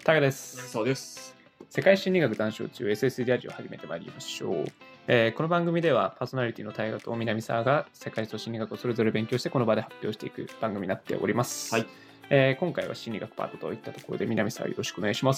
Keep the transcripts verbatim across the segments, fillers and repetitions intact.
タカです。 そうです。 世界心理学談笑中 エスエス ラジオを始めてまいりましょう、えー、この番組ではパーソナリティのタイガと南沢が世界と心理学をそれぞれ勉強してこの場で発表していく番組になっております。 はい。 えー、今回は心理学パートといったところで南沢よろしくお願いします。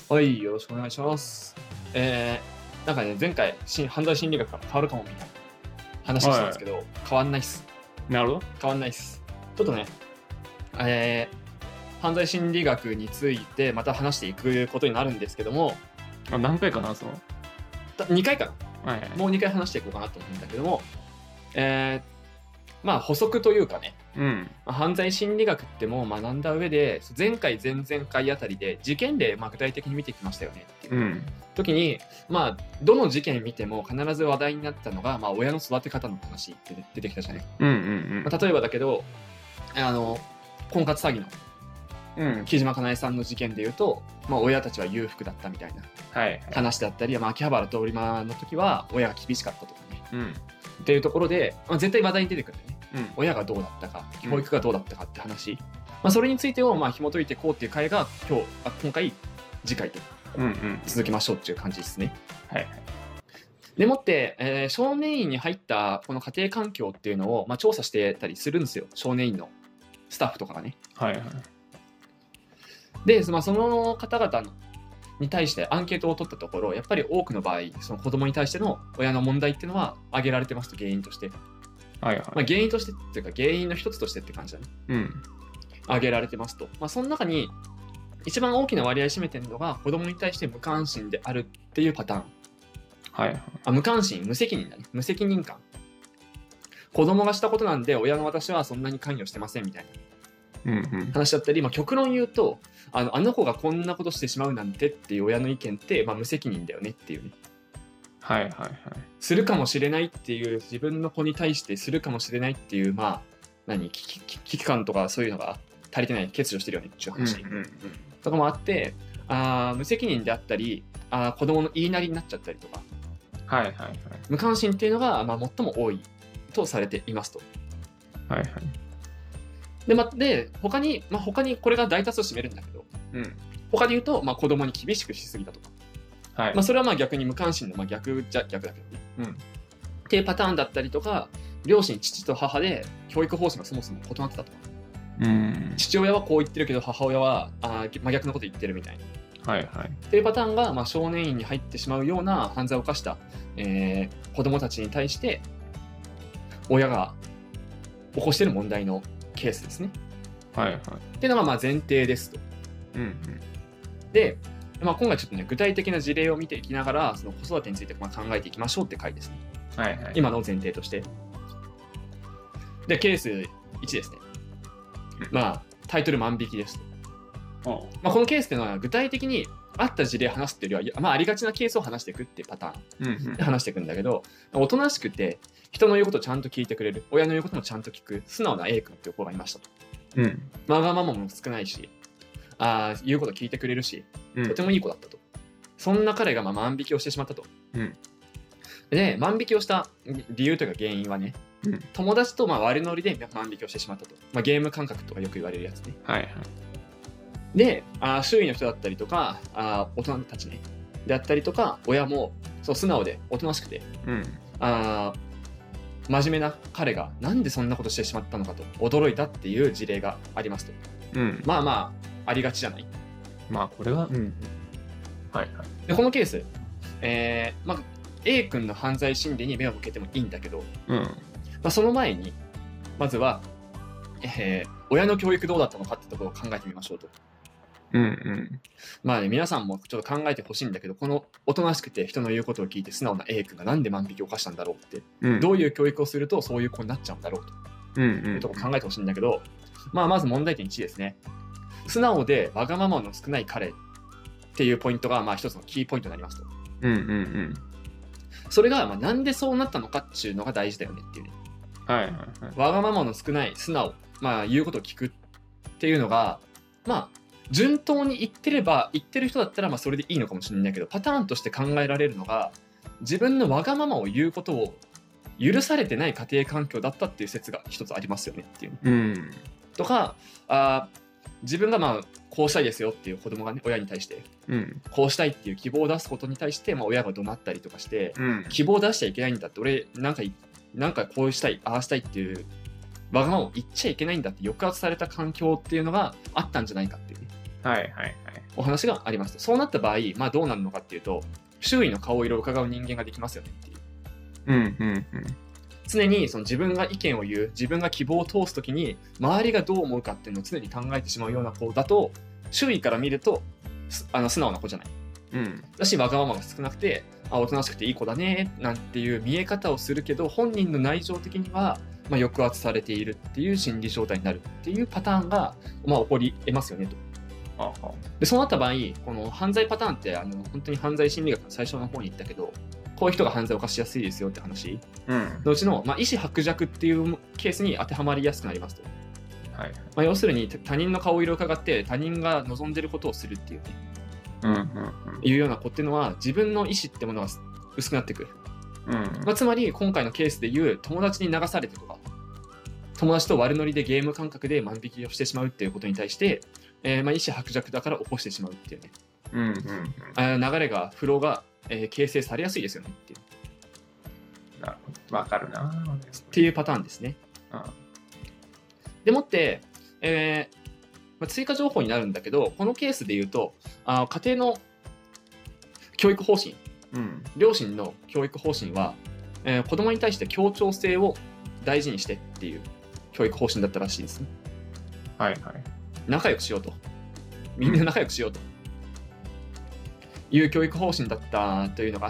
はい、よろしくお願いします。えー、なんかね、前回犯罪心理学が変わるかもみたいな話したんですけど、はい、変わんないっす。 なるほど。 変わんないっす。ちょっとね、えー犯罪心理学についてまた話していくことになるんですけども、 あ何回かなそのにかいかな、 はいはい、 もうにかい話していこうかなと思うんだけども、えー、まあ補足というかね、 うんまあ、犯罪心理学ってもう学んだ上で前回前々回あたりで事件例、まあ、具体的に見てきましたよねっていう時に、うん、まあどの事件見ても必ず話題になったのが、まあ、親の育て方の話って出てきたじゃない、 うんうんうんまあ、例えばだけどあの婚活詐欺のうん、木島かなえさんの事件でいうと、まあ、親たちは裕福だったみたいな話だったり、はいはい、まあ、秋葉原通り魔の時は親が厳しかったとかね、うん、っていうところで、まあ、絶対話題に出てくるんだよね、うん、親がどうだったか教育がどうだったかって話、うんまあ、それについてをまあ紐解いていこうっていう回が今日あ今回次回と続けましょうっていう感じですね、うんうんはいはい、でもって、えー、少年院に入ったこの家庭環境っていうのを、まあ、調査してたりするんですよ、少年院のスタッフとかがね、はいはい、で、まあ、その方々に対してアンケートを取ったところ、やっぱり多くの場合、その子供に対しての親の問題っていうのは挙げられてますと、原因として。はいはいまあ、原因としてっていうか、原因の一つとしてって感じだね。うん。挙げられてますと。まあ、その中に、一番大きな割合占めてるのが、子供に対して無関心であるっていうパターン。はいはい。あ、無関心、無責任だね。無責任感。子供がしたことなんで、親の私はそんなに関与してませんみたいな。うんうん、話だったり、まあ、極論言うとあのあの子がこんなことしてしまうなんてっていう親の意見って、まあ、無責任だよねっていうね、はいはいはい、するかもしれないっていう自分の子に対してするかもしれないっていうまあ何危機、危機感とかそういうのが足りてない欠如してるよねっていう話、うんうんうん、とかもあってあ無責任であったりあ子供の言いなりになっちゃったりとか、はいはいはい、無関心っていうのが、まあ、最も多いとされていますと。はいはいで、ま、で他に、まあ、他にこれが大多数占めるんだけど、うん、他で言うと、まあ、子供に厳しくしすぎたとか、はいまあ、それはまあ逆に無関心の、まあ、逆じゃ逆だけどね、うん、っていうパターンだったりとか両親父と母で教育方針がそもそも異なってたとか、うん、父親はこう言ってるけど母親はあ真逆のこと言ってるみたいな、はいはい、っていうパターンが、まあ、少年院に入ってしまうような犯罪を犯した、えー、子供たちに対して親が起こしている問題のケースですね。はいはい。っていうのがまあ前提ですと。うんうん、で、まあ、今回ちょっとね具体的な事例を見ていきながらその子育てについてまあ考えていきましょうって回ですね。はいはい。今の前提として。でケースいちですね。まあタイトル万引きですと。まあ、このケースっていうのは具体的にあった事例を話すっていうよりは、まあ、ありがちなケースを話していくっていうパターンで話していくんだけど、うんうん、おとなしくて人の言うことをちゃんと聞いてくれる親の言うこともちゃんと聞く素直な A 君っていう子がいましたと、うん、わがままも少ないしあ言うこと聞いてくれるし、うん、とてもいい子だったと。そんな彼がまあ万引きをしてしまったと、うん、で万引きをした理由というか原因はね、うん、友達とまあ悪ノリで万引きをしてしまったと、まあ、ゲーム感覚とかよく言われるやつね、はいはい、であ周囲の人だったりとかあ大人たちねであったりとか親もそう素直でおとなしくて、うん、あ真面目な彼がなんでそんなことしてしまったのかと驚いたっていう事例がありますと、うん、まあまあありがちじゃない。 まあこれは、うん、はいはい。 でこのケース、えーまあ、A 君の犯罪心理に目を向けてもいいんだけど、うんまあ、その前にまずは、えー、親の教育どうだったのかってところを考えてみましょうと。うんうん、まあね皆さんもちょっと考えてほしいんだけどこのおとなしくて人の言うことを聞いて素直な A 君がなんで万引きを犯したんだろうって、うん、どういう教育をするとそういう子になっちゃうんだろうと、うんうん、いうところを考えてほしいんだけど、まあまず問題点いちですね。素直でわがままの少ない彼っていうポイントがまあ一つのキーポイントになりますと、うんうんうん、それがまあなんでそうなったのかっていうのが大事だよねっていうね、はいはいはい、わがままの少ない素直まあ言うことを聞くっていうのがまあ順当に言ってれば言ってる人だったらまあそれでいいのかもしれないけどパターンとして考えられるのが自分のわがままを言うことを許されてない家庭環境だったっていう説が一つありますよねっていう、うん、とかあ自分がまあこうしたいですよっていう子供がね親に対して、うん、こうしたいっていう希望を出すことに対して、まあ、親が怒鳴ったりとかして、うん、希望を出しちゃいけないんだって、俺なんかなんかこうしたいああしたいっていうわがままを言っちゃいけないんだって抑圧された環境っていうのがあったんじゃないかっていう、ね、 はいはいはい、 お話がありますと。そうなった場合、まあ、どうなるのかっていうと、周囲の顔色を伺う人間ができますよねっていう。 うんうんうん、 常にその自分が意見を言う、自分が希望を通すときに周りがどう思うかっていうのを常に考えてしまうような子だと、周囲から見るとあの素直な子じゃない、うん、だしわがままが少なくて、あおとなしくていい子だねなんていう見え方をするけど、本人の内情的にはまあ抑圧されているっていう心理状態になるっていうパターンがまあ起こり得ますよねと。ああでそうなった場合、この犯罪パターンってあの本当に犯罪心理学の最初の方に言ったけど、こういう人が犯罪を犯しやすいですよって話、うん、のうちの、まあ、意思薄弱っていうケースに当てはまりやすくなりますと、はいまあ、要するに他人の顔色を伺って他人が望んでることをするっていうね、うんうんうん、いうような子っていうのは自分の意思ってものが薄くなってくる、うんまあ、つまり今回のケースでいう友達に流されてとか友達と悪ノリでゲーム感覚で万引きをしてしまうっていうことに対して、えーまあ、意思薄弱だから起こしてしまうっていうね、うんうんうん、あ流れがフローがえー、形成されやすいですよねっていう。 なるほど。わかるな。 っていうパターンですね。うん、でもって、えーまあ、追加情報になるんだけど、このケースで言うと、あ家庭の教育方針、うん、両親の教育方針は、えー、子供に対して協調性を大事にしてっていう教育方針だったらしいですね。はいはい。仲良くしようと。みんな仲良くしようと。いう教育方針だったというのがあって、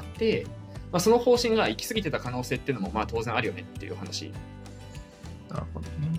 まあ、その方針が行き過ぎてた可能性っていうのもまあ当然あるよねっていう話。なるほどね。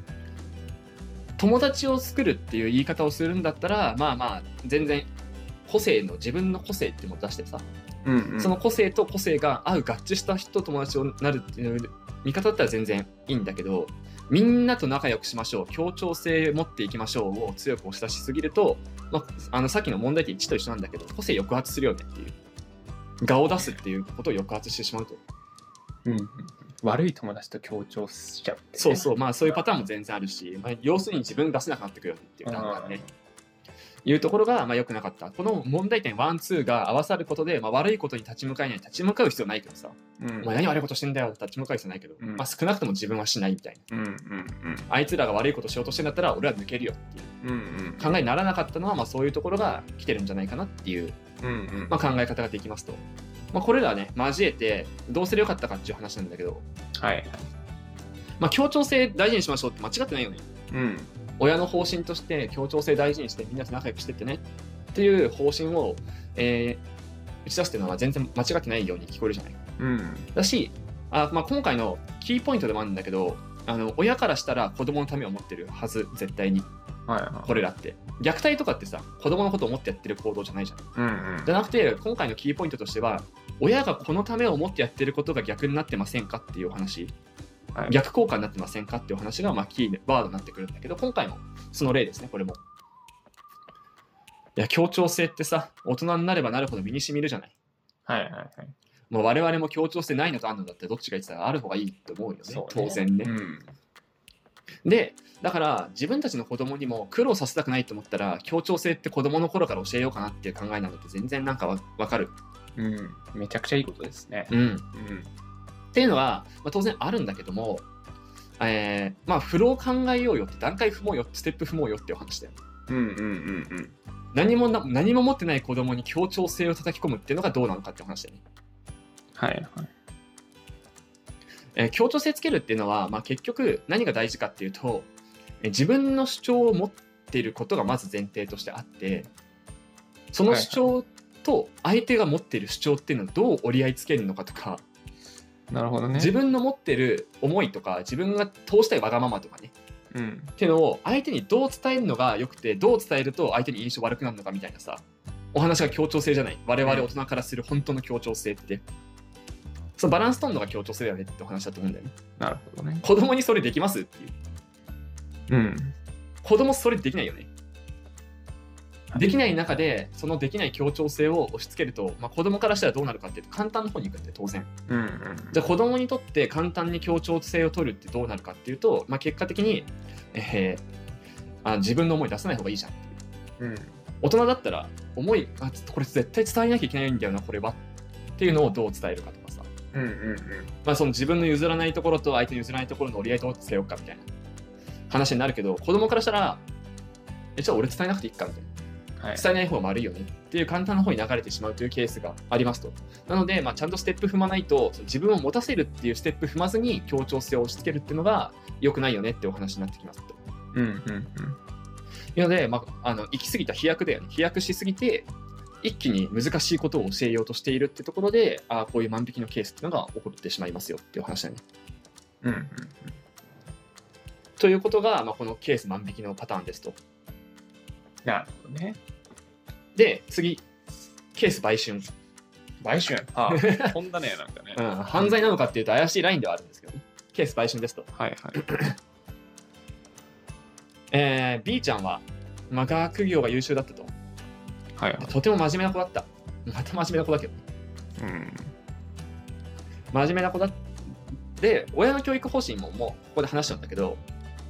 友達を作るっていう言い方をするんだったら、まあまあ全然個性の自分の個性っていうのを出してさ、うんうん、その個性と個性が合う合致した人と友達になるっていう見方だったら全然いいんだけど、みんなと仲良くしましょう、協調性持っていきましょうを強く押し出しすぎると、まあ、あのさっきの問題点いちと一緒なんだけど、個性抑圧するよねっていう、我を出すっていうことを抑圧してしまうと、 うんうん、悪い友達と協調しちゃう、ね、 そうそう、まあそういうパターンも全然あるし、まあ、要するに自分出せなくなってくるよねっていう感じだね、いうところがまあ良くなかった。この問題点ワンツーが合わさることで、まあ、悪いことに立ち向かえない、立ち向かう必要ないけどさ、うん、お前何悪いことしてんだよ、立ち向かう必要ないけど、うんまあ、少なくとも自分はしないみたいな、うんうんうん、あいつらが悪いことしようとしてんだったら俺は抜けるよっていう、うんうん、考えにならなかったのは、まあ、そういうところが来てるんじゃないかなっていう、うんうんまあ、考え方ができますと、まあ、これらね交えてどうすればよかったかっていう話なんだけど、はいまあ、協調性大事にしましょうって間違ってないよね、うん親の方針として協調性大事にしてみんなと仲良くしてってねっていう方針を、えー、打ち出すっていうのは全然間違ってないように聞こえるじゃない、うん、だしあ、まあ、今回のキーポイントでもあるんだけど、あの親からしたら子供のためを思ってるはず絶対に、はいはい、これらって虐待とかってさ子供のことを思ってやってる行動じゃないじゃん、うんうん、じゃなくて今回のキーポイントとしては親がこのためを思ってやってることが逆になってませんかっていうお話、はい、逆効果になってませんかっていう話がまあキーワードになってくるんだけど、今回もその例ですね。これもいや協調性ってさ大人になればなるほど身に染みるじゃない。はいはいはい。もう我々も協調性ないのとあるのだってどっちが言ってたらある方がいいと思うよ ね, ね当然ね、うん、でだから自分たちの子供にも苦労させたくないと思ったら協調性って子供の頃から教えようかなっていう考えなのって全然なんかわ分かる、 うん、めちゃくちゃいいことですね。 うん、うんっていうのは、まあ、当然あるんだけども、えー、まあフロー考えようよって段階踏もうよステップ踏もうよっていう話だよ、うんうんうんうん、何もな何も持ってない子供に協調性を叩き込むっていうのがどうなのかっていう話だよね。はいはい。えー、協調性つけるっていうのは、まあ、結局何が大事かっていうと、えー、自分の主張を持っていることがまず前提としてあって、その主張と相手が持っている主張っていうのをどう折り合いつけるのかとか、 なるほどね、 自分の持ってる思いとか自分が通したいわがままとかね、うん、っていうのを相手にどう伝えるのがよくて、どう伝えると相手に印象悪くなるのかみたいなさ、お話が協調性じゃない。我々大人からする本当の協調性って、うん、そのバランス取るのが協調性だよねってお話だと思うんだよね。 なるほどね。 子供にそれできますっていう、うん、子供それできないよね。できない中でそのできない協調性を押し付けると、まあ、子供からしたらどうなるかっていうと簡単な方に行くって当然、うんうん、じゃあ子供にとって簡単に協調性を取るってどうなるかっていうと、まあ、結果的に、えー、 あ自分の思い出さない方がいいじゃんっていう、 うん、 大人だったら思いあこれ絶対伝えなきゃいけないんだよなこれはっていうのをどう伝えるかとかさ、 うんうんうん、 まあその自分の譲らないところと相手の譲らないところの折り合いどうつけようかみたいな話になるけど、子供からしたらえじゃあ俺伝えなくていいかみたいな、はい、伝えない方が悪いよねっていう簡単な方に流れてしまうというケースがありますと。なので、まあ、ちゃんとステップ踏まないと自分を持たせるっていうステップ踏まずに協調性を押し付けるっていうのが良くないよねってお話になってきますと。 うんうんうん。 なので、まあ、あの行き過ぎた飛躍だよね。飛躍しすぎて一気に難しいことを教えようとしているってところで、あこういう万引きのケースっていうのが起こってしまいますよっていう話だね。 うんうんうん。 ということが、まあ、このケース万引きのパターンですと。 なるほどね。 で、次、ケース売春。 売春ああ、飛んだね、なんかね、 うん。犯罪なのかっていうと怪しいラインではあるんですけど、ね、ケース売春ですと。 はいはい。 えー、B ちゃんは、まあ、学業が優秀だったと。 はいはい。 とても真面目な子だった。また真面目な子だけど。 うん。 真面目な子だって、親の教育方針ももうここで話しちゃうんだけど、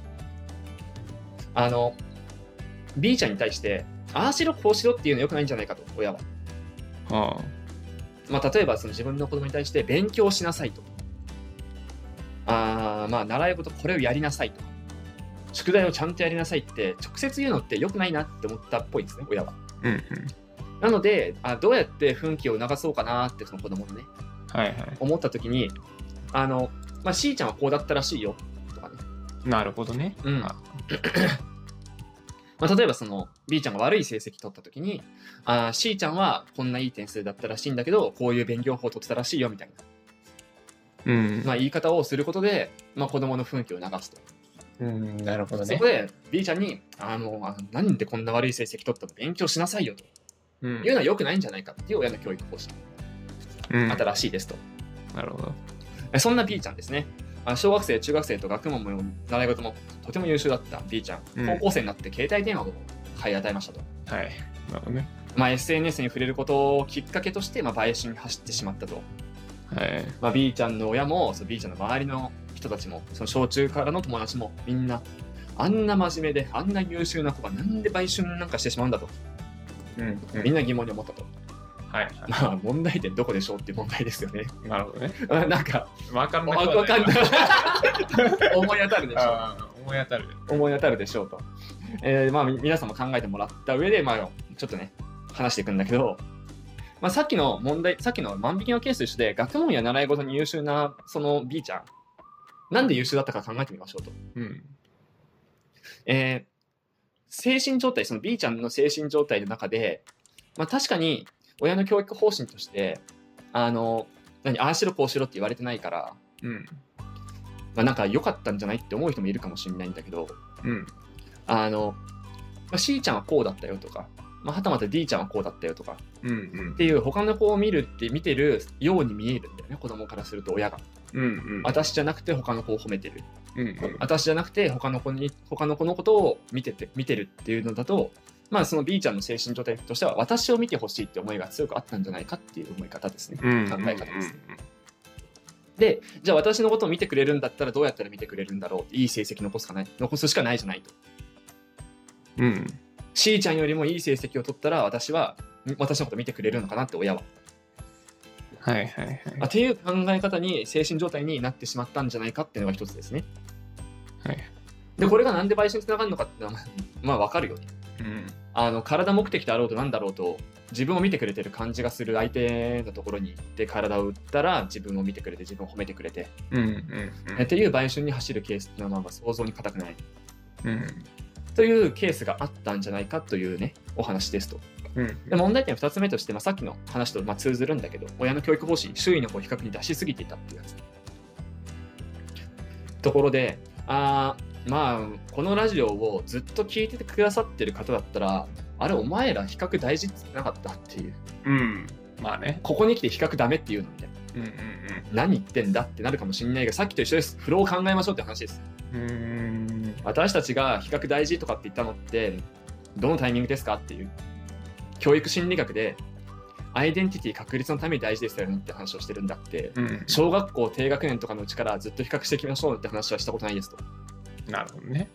あの、B ちゃんに対して、ああしろこうしろっていうのは良くないんじゃないかと、親は。 はあ。 まあ、例えばその自分の子供に対して勉強しなさいと。あまあ、習い事これをやりなさいと。宿題をちゃんとやりなさいって直接言うのって良くないなって思ったっぽいんですね、親は。 うんうん。 なので、あどうやって奮起を促そうかなってその子供のね、 はいはい、 思った時に、あの、まあ、C ちゃんはこうだったらしいよとかね。 なるほどね。 うん。まあ、例えばその B ちゃんが悪い成績取った時に、あ C ちゃんはこんないい点数だったらしいんだけど、こういう勉強法を取ってたらしいよみたいな、うんまあ、言い方をすることで、まあ、子供の奮起を促すと。 うん、なるほどね。 そこで B ちゃんに、あの、あなんでこんな悪い成績取ったの勉強しなさいよと、うん、いうのは良くないんじゃないかっていう親の教育方針、うん、あったらしいですと。 なるほど。 そんな B ちゃんですね。小学生、中学生と学問も習い事もとても優秀だった B ちゃん、うん、高校生になって携帯電話を買い与えましたと。 はい。なるほどね。 まあ、エスエヌエス に触れることをきっかけとして、まあ、売春に走ってしまったと。 はいまあ、B ちゃんの親も、その B ちゃんの周りの人たちも、その小中からの友達もみんな、あんな真面目で、あんな優秀な子がなんで売春なんかしてしまうんだと。 うんうん、 みんな疑問に思ったと。 はい、はい、 まあ問題点どこでしょうっていう問題ですよね。 なるほどね。 なんか分かんない。 分かんない。思い当たるでしょう。 思い当たる。 思い当たるでしょうと。えー、まあ皆さんも考えてもらった上で、まあちょっとね話していくんだけど、まあさっきの問題、さっきの万引きのケースと一緒で、学問や習い事に優秀なその B ちゃん、なんで優秀だったか考えてみましょうと。 うん。 えー、精神状態、その B ちゃんの精神状態の中で、まあ確かに親の教育方針として、あの、何、ああしろこうしろって言われてないから、 うん。 まあなんか良かったんじゃないって思う人もいるかもしれないんだけど、 うん。 あの、まあ、C ちゃんはこうだったよとか、まあ、はたまた D ちゃんはこうだったよとか、 うんうん、 っていう他の子を見るって見てるように見えるんだよね、子供からすると親が。 うんうん、 私じゃなくて他の子を褒めてる。 うんうん、 私じゃなくて他の子に他の子のことを見てて見てるっていうのだと、まあその B ちゃんの精神状態としては私を見てほしいって思いが強くあったんじゃないかっていう思い方ですね、 うんうんうん、 考え方です。で、じゃあ私のことを見てくれるんだったらどうやったら見てくれるんだろう、いい成績残すかない残すしかないじゃないと。 うん。 C ちゃんよりもいい成績を取ったら私は私のこと見てくれるのかなって親は。 はいはいはい。 っていう考え方に精神状態になってしまったんじゃないかっていうのが一つですね。 はい。 でこれがなんで売春につながるのかっていうのはまあ分かるよね。 うん。 あの体目的であろうとなんだろうと自分を見てくれてる感じがする相手のところに行って体を打ったら自分を見てくれて自分を褒めてくれて、 うんうんうん、 っていう売春に走るケースっていうのはまあ想像に難くない。 うんというケースがあったんじゃないかというねお話ですと。 うん、 で問題点ふたつめとして、まあ、さっきの話とまあ通ずるんだけど、親の教育方針周囲の子を比較に出しすぎていたっていうやつところで、あまあこのラジオをずっと聞いててくださってる方だったら、あれお前ら比較大事って言ってなかったっていう、 うん、まあね、 ここに来て比較ダメっていうのみたいな、 うんうんうん、 何言ってんだってなるかもしれないが、さっきと一緒です。フローを考えましょうって話です。 うーん私たちが比較大事とかって言ったのってどのタイミングですかっていう、教育心理学でアイデンティティ確立のために大事ですよねって話をしてるんだって、うん、小学校低学年とかのうちからずっと比較していきましょうって話はしたことないですと。 なるほどね。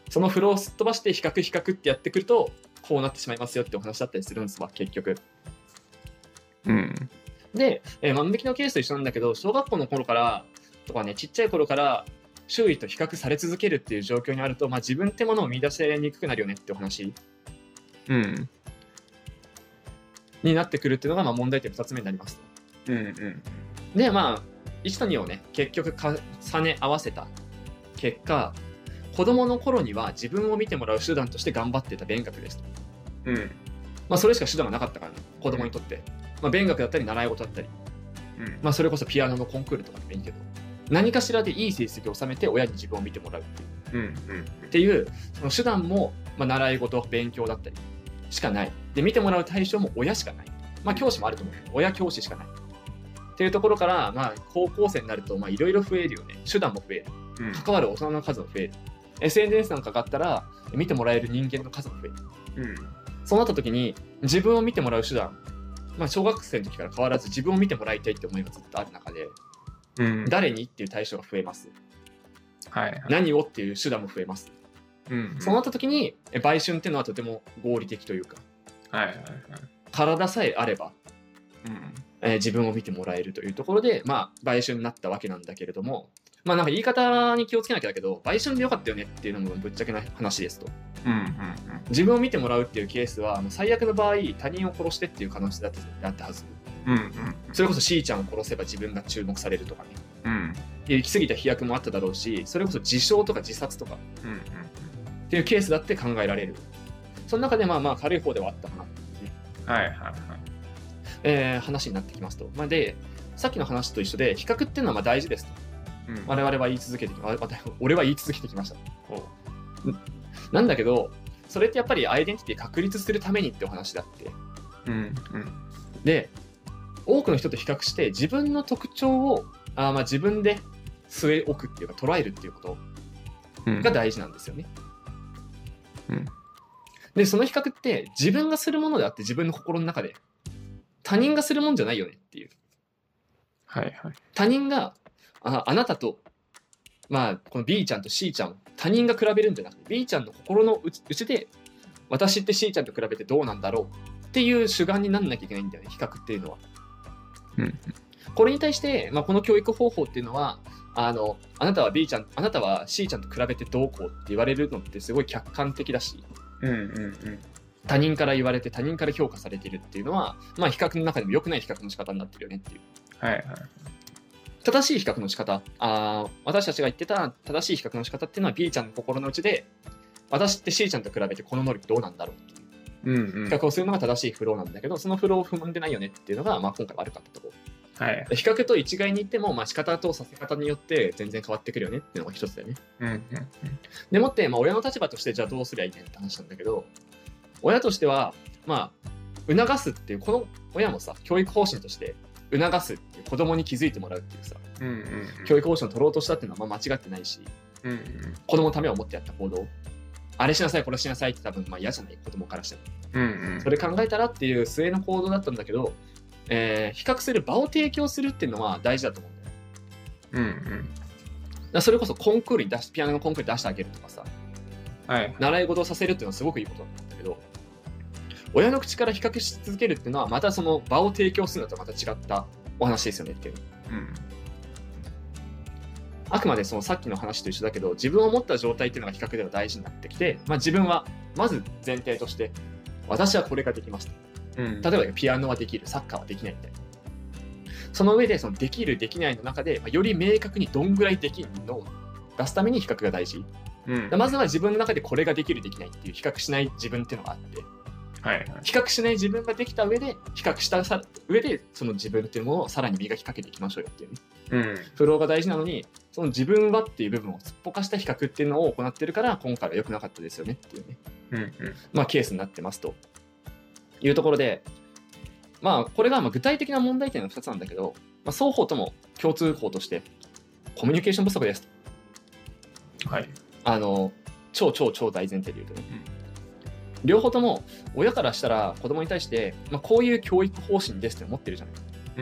そのフローをすっ飛ばして比較比較ってやってくるとこうなってしまいますよってお話だったりするんですわ結局。 うん、 で、えー、万引きのケースと一緒なんだけど、小学校の頃からとかね、ちっちゃい頃から周囲と比較され続けるっていう状況にあると、まあ、自分ってものを見出せにくくなるよねってお話、 うん、 になってくるっていうのがまあ問題点ふたつめになりますと。うんうん、 で、まあいちとにをね結局重ね合わせた結果、子供の頃には自分を見てもらう手段として頑張ってた勉学ですと。 うんまあ、それしか手段がなかったからね、子供にとって。まあ、勉学だったり習い事だったり、うんまあ、それこそピアノのコンクールとかでもいいけど、何かしらでいい成績を収めて親に自分を見てもらうっていう、うんうん、っていうその手段も、まあ、習い事勉強だったりしかない。で見てもらう対象も親しかない。まあ教師もあると思う。親教師しかないっていうところから、まあ、高校生になるといろいろ増えるよね。手段も増える、うん、関わる大人の数も増える。 エスエヌエス なんかがあったら見てもらえる人間の数も増える、うん、そうなった時に自分を見てもらう手段、まあ、小学生の時から変わらず自分を見てもらいたいって思いがずっとある中で、うん、誰にっていう対象が増えます、はいはい、何をっていう手段も増えます、うんうん、そうなった時に売春っていうのはとても合理的というか、はいはいはい、体さえあれば、うんえー、自分を見てもらえるというところで、まあ、売春になったわけなんだけれども、まあなんか言い方に気をつけなきゃだけど、売春でよかったよねっていうのもぶっちゃけな話ですと、うんうんうん、自分を見てもらうっていうケースは最悪の場合他人を殺してっていう可能性だってあったはず、うんうんうん、それこそ C ちゃんを殺せば自分が注目されるとかね、うん、行き過ぎた飛躍もあっただろうし、それこそ自傷とか自殺とか、うんうん、っていうケースだって考えられる。その中でまあまあ軽い方ではあったかなっていうね、はいはいはい、えー、話になってきますと、まあ、でさっきの話と一緒で比較っていうのはまあ大事ですと、うん、我々は言い続けてきま俺は言い続けてきました。なんだけどそれってやっぱりアイデンティティ確立するためにってお話であって、うんうん、で多くの人と比較して自分の特徴をあまあ自分で据え置くっていうか捉えるっていうことが大事なんですよね、うんうん、でその比較って自分がするものであって自分の心の中で、他人がするもんじゃないよねっていう、はいはい、他人が あ, あなたと、まあ、この B ちゃんと C ちゃんを他人が比べるんじゃなくて B ちゃんの心の内で私って C ちゃんと比べてどうなんだろうっていう主眼になんなきゃいけないんだよね、比較っていうのは、うん、これに対して、まあ、この教育方法っていうのはあのあなたは B ちゃんあなたは C ちゃんと比べてどうこうって言われるのってすごい客観的だし、うんうんうん、他人から言われて他人から評価されているっていうのは、まあ、比較の中でも良くない比較の仕方になってるよねっていう、はいはい、正しい比較の仕方、あ私たちが言ってた正しい比較の仕方っていうのは B ちゃんの心の内で私って C ちゃんと比べてこの能力どうなんだろうっていう、うんうん、比較をするのが正しいフローなんだけど、そのフローを踏んでないよねっていうのが、まあ、今回悪かったところ、はい、比較と一概に言っても、まあ、仕方とさせ方によって全然変わってくるよねっていうのが一つだよね、うんうんうん、でもって、まあ、親の立場としてじゃあどうすりゃいいねって話なんだけど、親としてはまあ促すっていう、この親もさ教育方針として促すっていう子供に気づいてもらうっていうさ、うんうんうん、教育方針を取ろうとしたっていうのはまあ間違ってないし、うんうん、子供のためを思ってやった行動、あれしなさいこれしなさいって多分まあ嫌じゃない、子供からしても、うんうん、それ考えたらっていう末の行動だったんだけど、えー、比較する場を提供するっていうのは大事だと思うんだよ、うんうん、だそれこそコンクールに出しピアノのコンクールに出してあげるとかさ、はい、習い事をさせるっていうのはすごくいいことなんだけど、親の口から比較し続けるっていうのはまたその場を提供するのとまた違ったお話ですよねっていう、うん、あくまでそのさっきの話と一緒だけど、自分を持った状態っていうのが比較では大事になってきて、まあ、自分はまず前提として私はこれができますと、うん、例えばピアノはできる、サッカーはできないみたいな、その上でそのできるできないの中で、まあ、より明確にどんぐらいできるのを出すために比較が大事、うん、まずは自分の中でこれができるできないっていう比較しない自分っていうのがあって、はいはい、比較しない自分ができた上で比較した上でその自分っていうものをさらに磨きかけていきましょうよっていうね、うん、フローが大事なのにその自分はっていう部分をすっぽかした比較っていうのを行ってるから今回は良くなかったですよねっていうね、うんうん、まあケースになってますというところで、まあこれがまあ具体的な問題点のふたつなんだけど、まあ、双方とも共通項としてコミュニケーション不足ですと、はい、あの超超超大前提で言うとね、うん両方とも親からしたら子供に対して、まあ、こういう教育方針ですって思ってるじゃない、うん、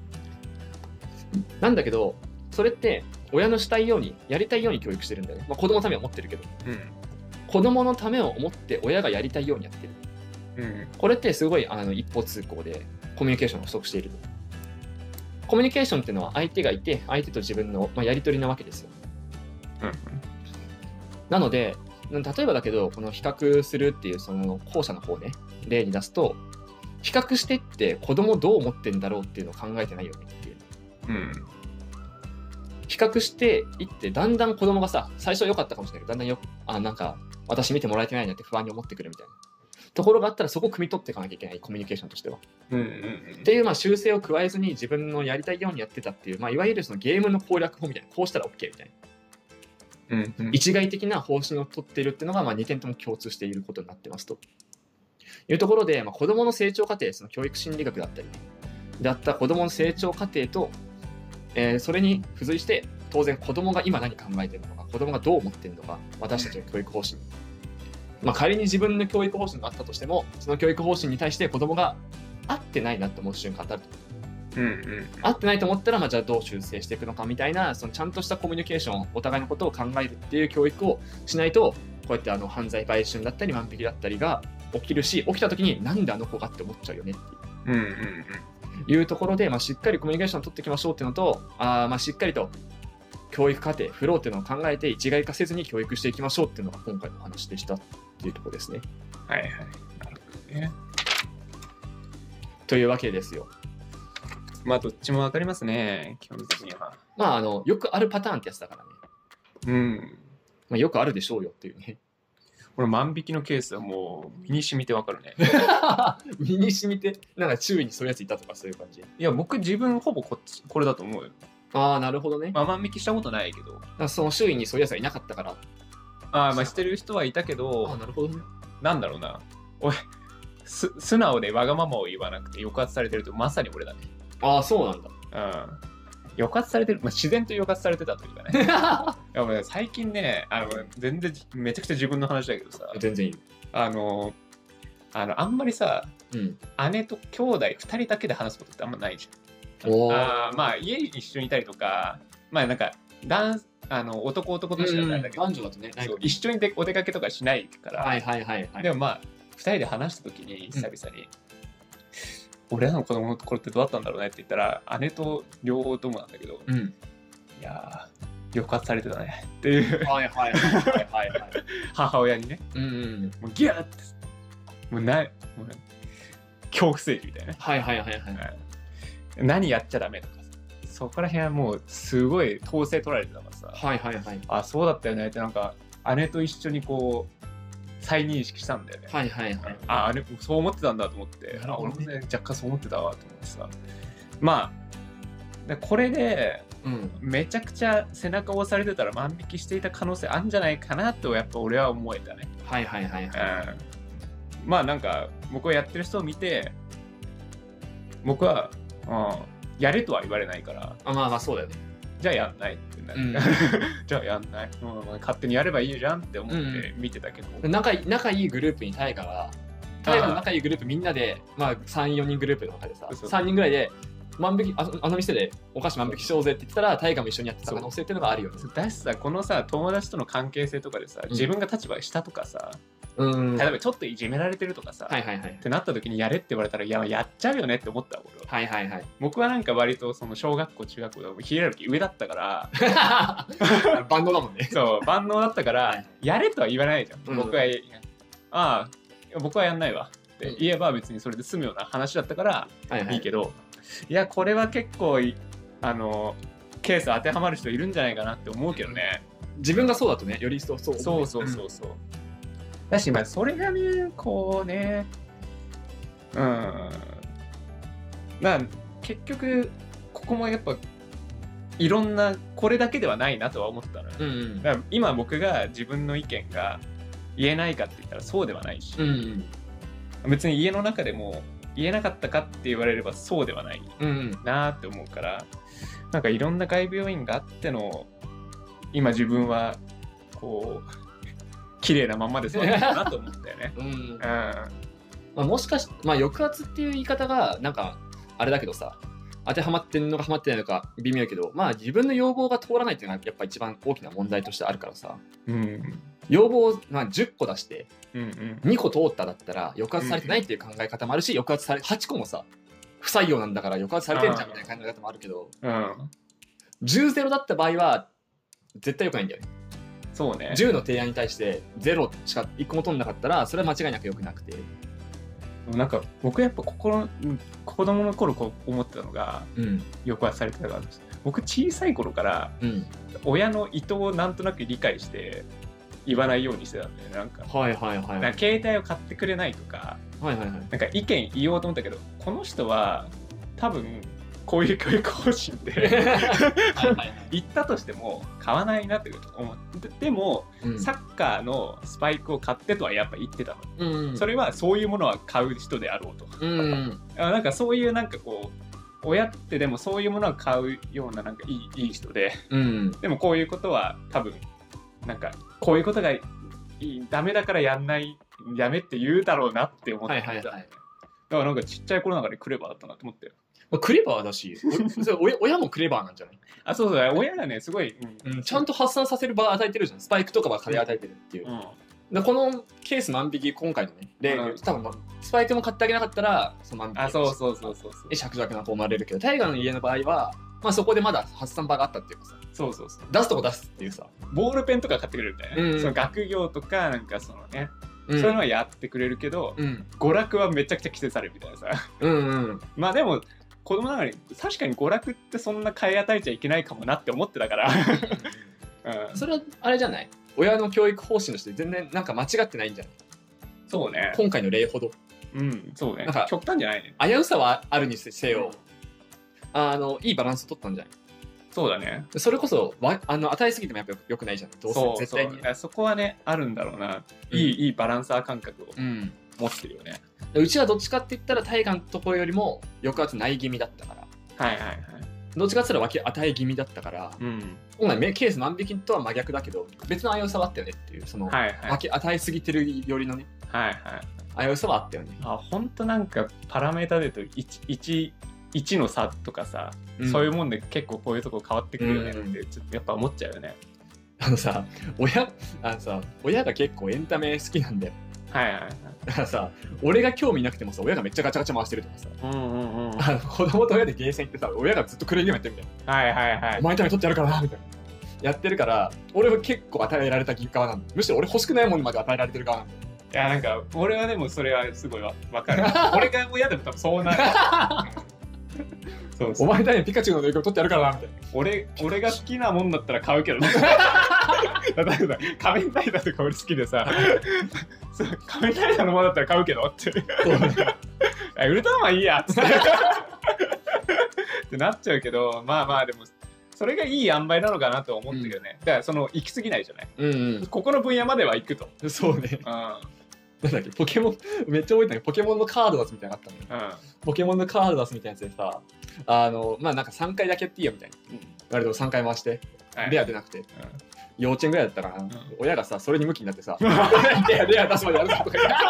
なんだけどそれって親のしたいようにやりたいように教育してるんだよね、まあ、子供のためは思ってるけど、うん、 子供のためを思って親がやりたいようにやってる、うん、これってすごいあの一方通行でコミュニケーションが不足している。コミュニケーションっていうのは相手がいて相手と自分の、まあ、やり取りなわけですよ、うん、なので例えばだけどこの比較するっていうその後者の方ね例に出すと、比較してって子供どう思ってんだろうっていうのを考えてないよねっていう、うん、比較していってだんだん子供がさ最初は良かったかもしれないけどだんだんよあなんか私見てもらえてないなって不安に思ってくるみたいなところがあったらそこを汲み取っていかなきゃいけないコミュニケーションとしては、うんうんうん、っていうまあ修正を加えずに自分のやりたいようにやってたっていう、まあ、いわゆるそのゲームの攻略法みたいなこうしたら OK みたいな、うんうん、一概的な方針を取っているっていうのがまあにてんとも共通していることになってますというところで、まあ、子どもの成長過程その教育心理学だったりであった子どもの成長過程と、えー、それに付随して当然子どもが今何考えているのか子どもがどう思っているのか私たちの教育方針、まあ、仮に自分の教育方針があったとしてもその教育方針に対して子どもが合ってないなと思う瞬間があると、うんうん、合ってないと思ったら、まあ、じゃあどう修正していくのかみたいなそのちゃんとしたコミュニケーションお互いのことを考えるっていう教育をしないとこうやってあの犯罪売春だったり万引きだったりが起きるし起きた時になんであの子がって思っちゃうよねっていう、うんうんうん、いうところで、まあ、しっかりコミュニケーションを取っていきましょうっていうのとあまあしっかりと教育課程フローっていうのを考えて一概化せずに教育していきましょうっていうのが今回のお話でしたっていうところですね。 はいはい。なるほどね。 というわけですよ。 まあどっちもわかりますね基本的には。 まああのよくあるパターンってやつだからね。うん。まあ、よくあるでしょうよっていうね。 これ万引きのケースはもう身に染みてわかるね。 身に染みてなんか注意にそういうやついたとかそういう感じ。 いや僕自分ほぼこっちこれだと思うよ。 ああなるほどね。 まあ万引きしたことないけど。 だその周囲にそういうやつがいなかったから。 ああまあしてる人はいたけど。 あなるほどね。 なんだろうな。俺す素直でわがままを言わなくて抑圧されてるとまさに俺だね。 ああそうなんだ。 うん。抑圧されてる、まあ、自然と抑圧されてたというかね。いやもうね最近ねあの全然めちゃくちゃ自分の話だけどさ。 全然いい。 あのあのあんまりさ、うん、姉と兄弟ふたりだけで話すことってあんまないじゃん。あまあ家に一緒にいたりとかまあなんか男あの男男としてはないんだけど、 男女だとねそう一緒にでお出かけとかしないから、 はいはいはいはい、 でもまあふたりで話した時に久々に、うん、俺らの子供の頃ってどうだったんだろうねって言ったら姉と両方ともなんだけど、うん、いやー抑圧されてたねっていうはいはいはいはいはい母親にね、うんうん、もうギャーってもうないもう恐怖政治みたいな、 はいはいはいはい、 何やっちゃダメとかさそこら辺はもうすごい統制取られてたからさ、 はいはいはい、 あそうだったよねってなんか姉と一緒にこう再認識したんだよね。 はいはいはい。 あ、あれそう思ってたんだと思って、あ俺もね若干そう思ってたわと思ってさ、まあでこれで、うん、めちゃくちゃ背中を押されてたら万引きしていた可能性あるんじゃないかなとやっぱ俺は思えたね。 はいはいはいはい。 うん、まあなんか僕はやってる人を見て、僕は、うん、やれとは言われないから。 あまあまあそうだよね。 じゃあやんないってなる、うん、じゃあやんない、うん、勝手にやればいいじゃんって思って見てたけど、 うん、仲, 仲いいグループにタイガはタイガの仲いいグループみんなで、まあ、さん、よにんグループの中でささんにんぐらいで万引き あ, あの店でお菓子万引きしようぜって言ってたらタイガも一緒にやってた可能性っていうのがあるよね。 だしさこのさ友達との関係性とかでさ自分が立場下とかさ、うん、例えばちょっといじめられてるとかさ、はいはいはい、ってなった時にやれって言われたらいややっちゃうよねって思った俺は。 はいはいはい。 僕はなんか割とその小学校中学校でヒエラルキー上だったから万能だもんね。 そう万能だったから、はい、やれとは言わないじゃん、うん、僕はああ僕はやんないわって言えば別にそれで済むような話だったからいいけど、はいはい、いやこれは結構あのケース当てはまる人いるんじゃないかなって思うけどね。 自分がそうだとねより一層そうそうそうそうそう、うん、だしまあそれがねこうねうんまあ結局ここもやっぱいろんなこれだけではないなとは思ったのよ、うんうん、だから今僕が自分の意見が言えないかって言ったらそうではないし、うんうん、別に家の中でも言えなかったかって言われればそうではないなって思うから、うん、なんかいろんな外部要因があっての今自分はこう綺麗なまんまでそうだなと思ったよね。うんうんまあ、もしかして、まあ、抑圧っていう言い方がなんかあれだけどさ当てはまってんのかはまってないのか微妙やけどまあ自分の要望が通らないっていうのがやっぱ一番大きな問題としてあるからさ、うん、 要望、まあ、じゅっこ出して、 うんうん、 にこ通っただったら抑圧されてないっていう考え方もあるし、うんうん、抑圧されはちこもさ不採用なんだから抑圧されてんじゃんみたいな考え方もあるけど、 うん、 じゅうゼロだった場合は絶対良くないんだよね。 そうね。 じゅうの提案に対してゼロしかいっこも取んなかったらそれは間違いなく良くなくて。 なんか僕やっぱ心子供の頃こう思ってたのが、 うん、 抑圧されてたからです。僕小さい頃から、うん、親の意図をなんとなく理解して言わないようにしてたんだよね。なんか、 はいはいはい、 なんか携帯を買ってくれないとか、 はいはいはい、 なんか意見言おうと思ったけど、この人は多分こういう教育方針で言ったとしても買わないなって思ってでも、うん、サッカーのスパイクを買ってとはやっぱ言ってたの、うんうん、それはそういうものは買う人であろうと、うんうん、なんかそういうなんかこう親ってでもそういうものは買うようななんかいい、いい人で、うん、でもこういうことは多分なんかこういうことがいいダメだからやんないやめって言うだろうなって思ってた、はいはいはい、だからなんかちっちゃい頃ながらクレバーだったなと思って。 クレバーだし親, 親もクレバーなんじゃない？ あ、そうそう、親がねすごい、 うんうん、ちゃんと発散させる場を与えてるじゃん。スパイクとかは金与えてるっていう、うん、でこのケース万引き今回のね例、うん、多分スパイクも買ってあげなかったらその万引きあそうそうそうそうそう釈弱な子生まれるけど、タイガーの家の場合は、まあ、そこでまだ発散場があったっていうかさ、 そうそうそう出すとこ出すっていうさ、 ボールペンとか買ってくれるみたいな、うんうん、その学業とかなんかそのね、うん、そういうのはやってくれるけど、うん、娯楽はめちゃくちゃ規制されるみたいなさ、うんうん、まあでも子供ながらに確かに娯楽ってそんな買い与えちゃいけないかもなって思ってたから、 うん、それはあれじゃない？親の教育方針として全然なんか間違ってないんじゃない？ そうね。 今回の例ほど。 うん、そうね。なんか極端じゃないね。 危うさはあるにせよ、あのいいバランスを取ったんじゃない？ そうだね。 それこそわあの与えすぎてもやっぱ良くないじゃん。どうせそう絶対に。 そうそこはねあるんだろうな。いい、うん、いいバランサー感覚を持ってるよね。 うん、うちはどっちかって言ったらタイガーのところよりも抑圧ない気味だったから。 はいはいはい。 どっちかって言ったら分け与え気味だったから、うん、今回ケース万引きとは真逆だけど別の危うさはあったよねっていうその、はいはい、分け与えすぎてるよりのね、はいはい、危うさはあったよね。 あ、本当なんかパラメータで言うと 1, 1, の差とかさ、うん、そういうもんで結構こういうとこ変わってくるよねってちょっとやっぱ思っちゃうよね。 あのさ親あのさ親が結構エンタメ好きなんだよ。 はいはいはい。 だからさ、俺が興味なくてもさ、親がめっちゃガチャガチャ回してるとかさ、うんうんうん、あの子供と親でゲーセンってさ、親がずっとクレームやってるみたいな。はいはいはい。お前ため取ってやるからなみたいな。やってるから、俺は結構与えられた側なんだ。むしろ俺欲しくないものまで与えられてる側なんだ。いやなんか俺はでもそれはすごいわかる。俺が親でも多分そうなる。 そうそう、お前ためピカチュウの影響取ってやるからなみたいな。 俺俺が好きなもんだったら買うけどね。例えば仮面ライダーとか俺好きでさ仮面ライダーのものだったら買うけどってウルトラマンいいやっつってってなっちゃうけど、まあまあでもそれがいい塩梅なのかなと思ってるよね、うん、だからその行き過ぎないじゃない、うんうん、ここの分野までは行くと。 そうね、うん、なんだっけポケモンめっちゃ覚えてないポケモンのカード出すみたいなのあったのよ、うん、ポケモンのカード出すみたいなやつでさ、あのまあなんかさんかいだけっていいよみたいな、うん、割とさんかい回して、はい、レア出なくて、うん、幼稚園ぐらいだったかな、うん、親がさそれに向きになってさレアレア出すまでやるぞとか言って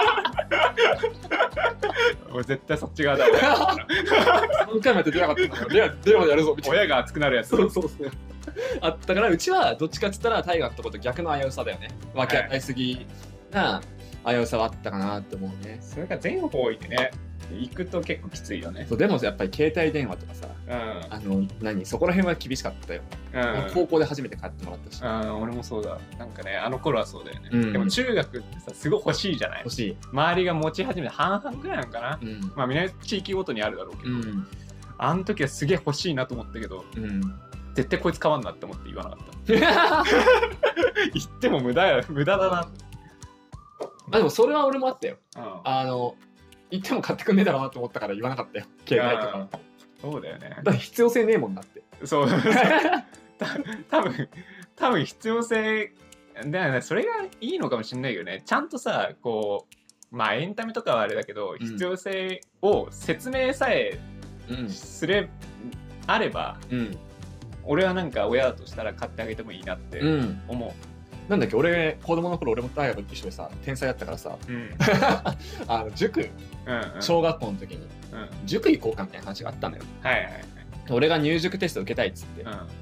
俺絶対そっち側だわさんかいまで出なかったんだからレアレアまでやるぞみたいな親が熱くなるやつ。 そうそうそうあったから、うちはどっちかって言ったらタイガーのとこと逆の危うさだよね。分け与えすぎな危うさはあったかなって思うね。 それが全方位でね行くと結構きついよね。 そうでもやっぱり携帯電話とかさ、うん、あの何そこら辺は厳しかったよ、うん、高校で初めて買ってもらったし、 うん、俺もそうだ。なんかねあの頃はそうだよね、うん、でも中学ってさすごい欲しいじゃない。 欲しい。 周りが持ち始めて半々ぐらいなのかな、うん、まあみんな地域ごとにあるだろうけど、うん、あの時はすげえ欲しいなと思ったけど、うん、絶対こいつ買わんなって思って言わなかった言っても無駄や無駄だな。 あでもそれは俺もあったよ、うん、あの言っても買ってくんねえだろうなと思ったから言わなかったよ携帯とか。 そうだよね。 だって必要性ねえもんなって。 そう多分多分必要性だよね。それがいいのかもしれないけどね。ちゃんとさこうまあエンタメとかはあれだけど、うん、必要性を説明さえすれ、うん、あれば、うん、俺はなんか親だとしたら買ってあげてもいいなって思う、うん。 なんだっけ俺子供の頃俺も大学一緒でさ天才だったからさ、うん、あの塾、うんうん、小学校の時に、うん、塾行こうかみたいな話があったのよ、はいはいはい、俺が入塾テスト受けたいっつって、うん、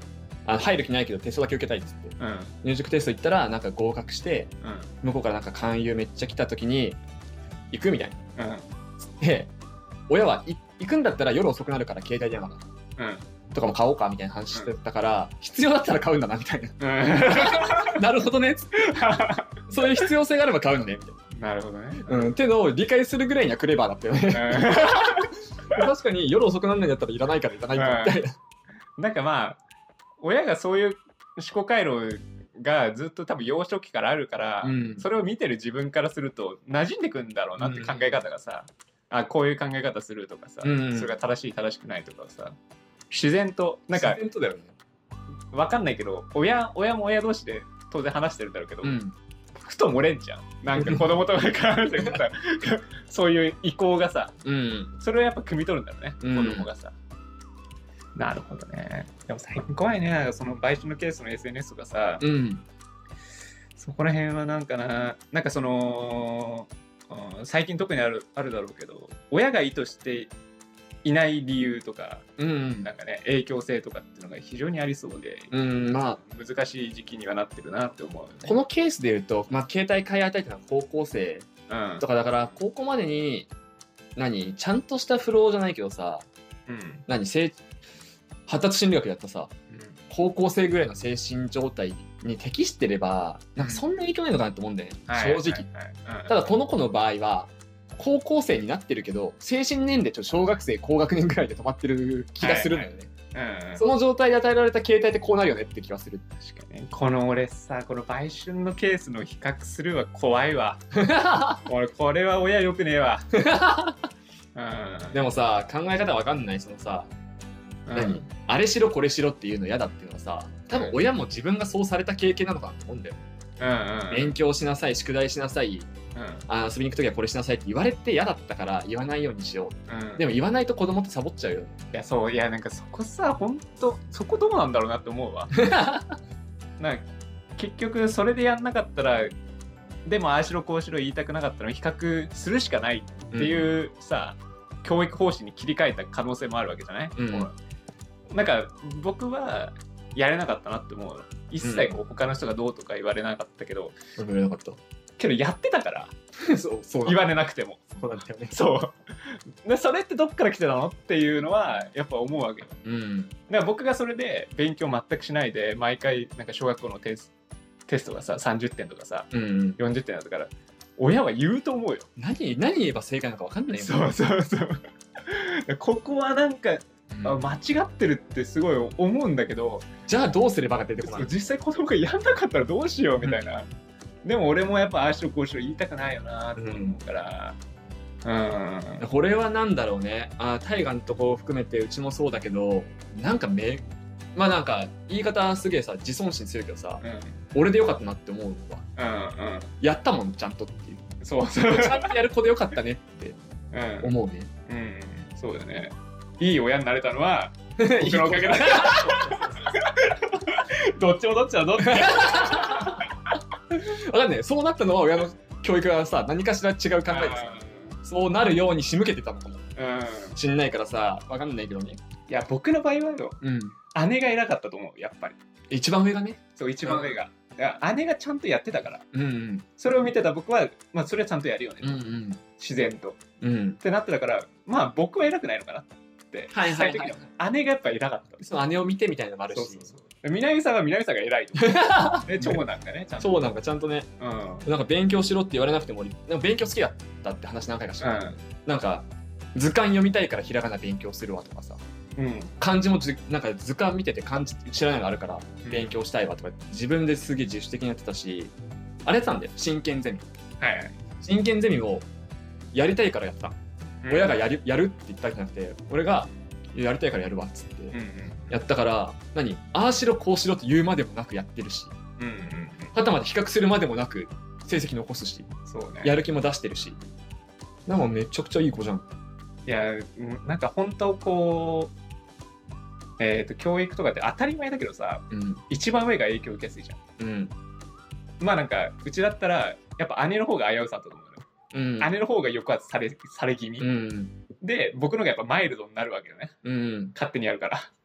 あの入る気ないけどテストだけ受けたいっつって、うん、入塾テスト行ったらなんか合格して、うん、向こうからなんか勧誘めっちゃ来た時に行くみたいな、うん、で親は行くんだったら夜遅くなるから携帯電話が、うん、とかも買おうかみたいな話してたから、うん、必要だったら買うんだなみたいな、うん、なるほどねっつってそういう必要性があれば買うんねみたいな。 なるほどね。 うん、っていうのを理解するぐらいにはクレバーだったよね。確かに夜遅くなんないんだったらいらないからいらないみたいな。 なんかまあ親がそういう思考回路がずっと多分幼少期からあるから、うん、それを見てる自分からすると馴染んでくんだろうなって考え方がさ、うん、あこういう考え方するとかさ、うん、それが正しい正しくないとかさ自然となんか自然とだよね。 分かんないけど親親も親同士で当然話してるんだろうけど、うん、ふと漏れんじゃん。なんか子供とかからしてさそういう意向がさ、うん、それをやっぱ汲み取るんだろうね、うん、子供がさ。なるほどね。でも最近怖いね。その売春のケースの エスエヌエス とかさ、うん、そこら辺はなんかな、なんかその、うん、最近特にある、あるだろうけど、親が意図していない理由とか、うん、なんかね、影響性とかっていうのが非常にありそうで、うん、まあ難しい時期にはなってるなって思う、ね。 このケースで言うと、まあ、携帯買い与えたのは高校生とかだから、高校までに何ちゃんとしたフローじゃないけどさ、うん、何成発達心理学やったさ、うん、高校生ぐらいの精神状態に適してればなんかそんな影響ないのかなと思うんだよね、うん、正直。ただこの子の場合は高校生になってるけど精神年齢ちょっと小学生高学年ぐらいで止まってる気がするんだよね、はいはいうん、その状態で与えられた携帯ってこうなるよねって気がする。 確かにこの俺さこの売春のケースの比較するは怖いわ俺これは親よくねえわ、 うん、でもさ考え方わかんない。そのさ何、うん、あれしろこれしろっていうの嫌だっていうのはさ多分親も自分がそうされた経験なのかなと思うんだよ、うんうんうん、勉強しなさい宿題しなさい、うん、あ遊びに行くときはこれしなさいって言われて嫌だったから言わないようにしよう、うん、でも言わないと子供ってサボっちゃうよ。 いやそういやなんかそこさほんとそこどうなんだろうなって思うわなんか結局それでやんなかったらでもああしろこうしろ言いたくなかったら比較するしかないっていうさ、うん、教育方針に切り替えた可能性もあるわけじゃない、うんなんか僕はやれなかったなって思う。一切こう他の人がどうとか言われなかったけど、 うん、言われなかったけどやってたからそうそう言われなくてもそうなんだよね。 そうでそれってどっから来てたのっていうのはやっぱ思うわけよ、うん、だから僕がそれで勉強全くしないで毎回なんか小学校のテス、テストがささんじゅってんとかさ、うん、よんじゅってんだったから親は言うと思うよ。 何何言えば正解なのか分かんないよね。 そうそうそうここはなんかうん、間違ってるってすごい思うんだけどじゃあどうすればが出てこない。 実際子供がやんなかったらどうしようみたいな、うん、でも俺もやっぱああしろこうしろ言いたくないよなって思うから、 うんうん、これはなんだろうね。あタイガのとこ含めてうちもそうだけどなんかめまあなんか言い方すげえさ自尊心強いけどさ、うん、俺でよかったなって思うわ、うんうん、やったもんちゃんとっていうそうそうちゃんとやる子でよかったねって思うね、 うん、うん、そうだね。いい親になれたのは僕のおかげだどっちもどっちだぞって分かんない。そうなったのは親の教育がさ何かしら違う考えでさそうなるように仕向けてたのかも、うん、しんないからさ分かんないけどね。 いや僕の場合はよ、うん、姉が偉かったと思う。やっぱり一番上がね。 そう一番上が、うん、姉がちゃんとやってたから、うんうん、それを見てた僕は、まあ、それはちゃんとやるよね、うんうん、自然と、うん、ってなってたからまあ僕は偉くないのかな。はいはいはい、姉がやっぱ偉かった。 その姉を見てみたいなのもあるし、そうそうそう 、南さんは南さんが偉いとで長男がねちゃんと長男がちゃんとね、うん、なんか勉強しろって言われなくてもなんか勉強好きだったって話何回かして、うん、なんか図鑑読みたいからひらがな勉強するわとかさ、うん、漢字もなんか図鑑見てて漢字知らないのがあるから勉強したいわとか、うん、自分ですげえ自主的にやってたし、あれやってたんだよ真剣ゼミ、はいはい、真剣ゼミをやりたいからやった。親がやる、やるって言ったわけじゃなくて俺がやりたいからやるわっつってやったから、何ああしろこうしろって言うまでもなくやってるし、うんうんうん、はたまで比較するまでもなく成績残すし、そうね、やる気も出してるし、なんかめちゃくちゃいい子じゃん。 いやなんか本当こうえっと教育とかって当たり前だけどさ、うん、一番上が影響を受けやすいじゃん、うん、まあなんかうちだったらやっぱ姉の方が危うさだと思うのよ、うん、姉の方が抑圧されされ気味、うん、で僕のがやっぱマイルドになるわけよね、うん、勝手にやるから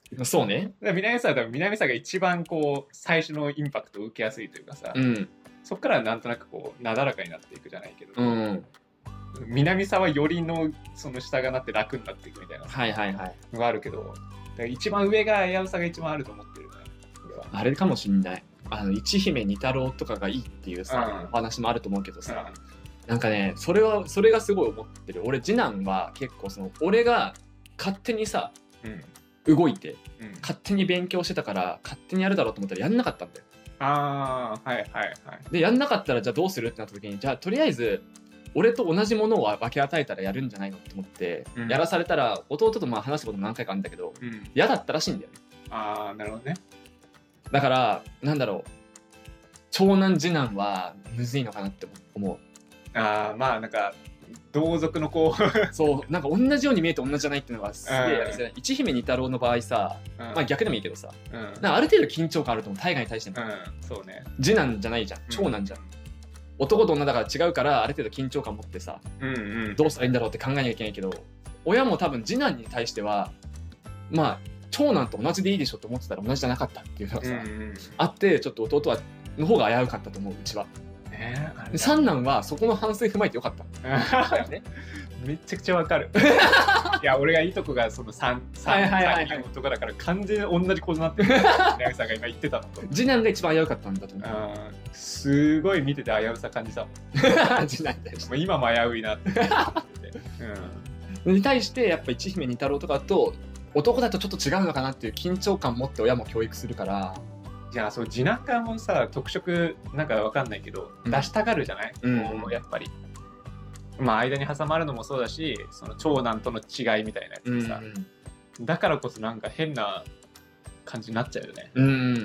そうね。 南沢は多分南沢が一番こう最初のインパクトを受けやすいというかさ、うん、そっからなんとなくこうなだらかになっていくじゃないけど、うん、南沢寄りのその下がなって楽になっていくみたいなのがあるけど、はいはいはい、だから一番上が危うさが一番あると思ってるよね。 あれかもしんない。あの一姫二太郎とかがいいっていうさ、うん、お話もあると思うけどさ、うん、なんかねそれはそれがすごい思ってる。俺次男は結構その俺が勝手にさ、うん、動いて、うん、勝手に勉強してたから勝手にやるだろうと思ったらやんなかったんだよ。 ああはいはいはい。 でやんなかったらじゃあどうするってなった時に、じゃあとりあえず俺と同じものを分け与えたらやるんじゃないのって思って、うん、やらされたら弟とまあ話すこと何回かあるんだけど、うん、嫌だったらしいんだよね。 ああなるほどね。 だからなんだろう、長男次男はむずいのかなって思う。 ああまあなんか同族の子そうなんか同じように見えて同じじゃないっていうのがすげえ、一姫二太郎の場合さ、うん、まあ逆でもいいけどさ、うん、なんかある程度緊張感あると思う、大河に対しても、うん、そうね、次男じゃないじゃん、長男じゃん、うん、男と女だから違うからある程度緊張感持ってさ、うんうん、どうしたらいいんだろうって考えなきゃいけないけど、親も多分次男に対してはまあ長男と同じでいいでしょって思ってたら同じじゃなかったっていうのがさ、うんうん、あってちょっと弟はの方が危うかったと思う、うちは。えー、三男はそこの反省踏まえてよかったね、めちゃくちゃわかるいや俺がいいとこがその三三人男だから完全に同じ構図になってる宮口さんが今言ってたのと次男が一番危うかったんだと思う。あすごい見てて危うさ感じたもん次男でも今も危ういなって思ってて、 うん、に対してやっぱ一姫二太郎とかだと男だとちょっと違うのかなっていう緊張感持って親も教育するから。 じゃあそう次男側もさ特色なんかわかんないけど、うん、出したがるじゃない、うん、やっぱりまあ間に挟まるのもそうだし、その長男との違いみたいなやつでさ、うん、だからこそなんか変な感じになっちゃうよね、うん、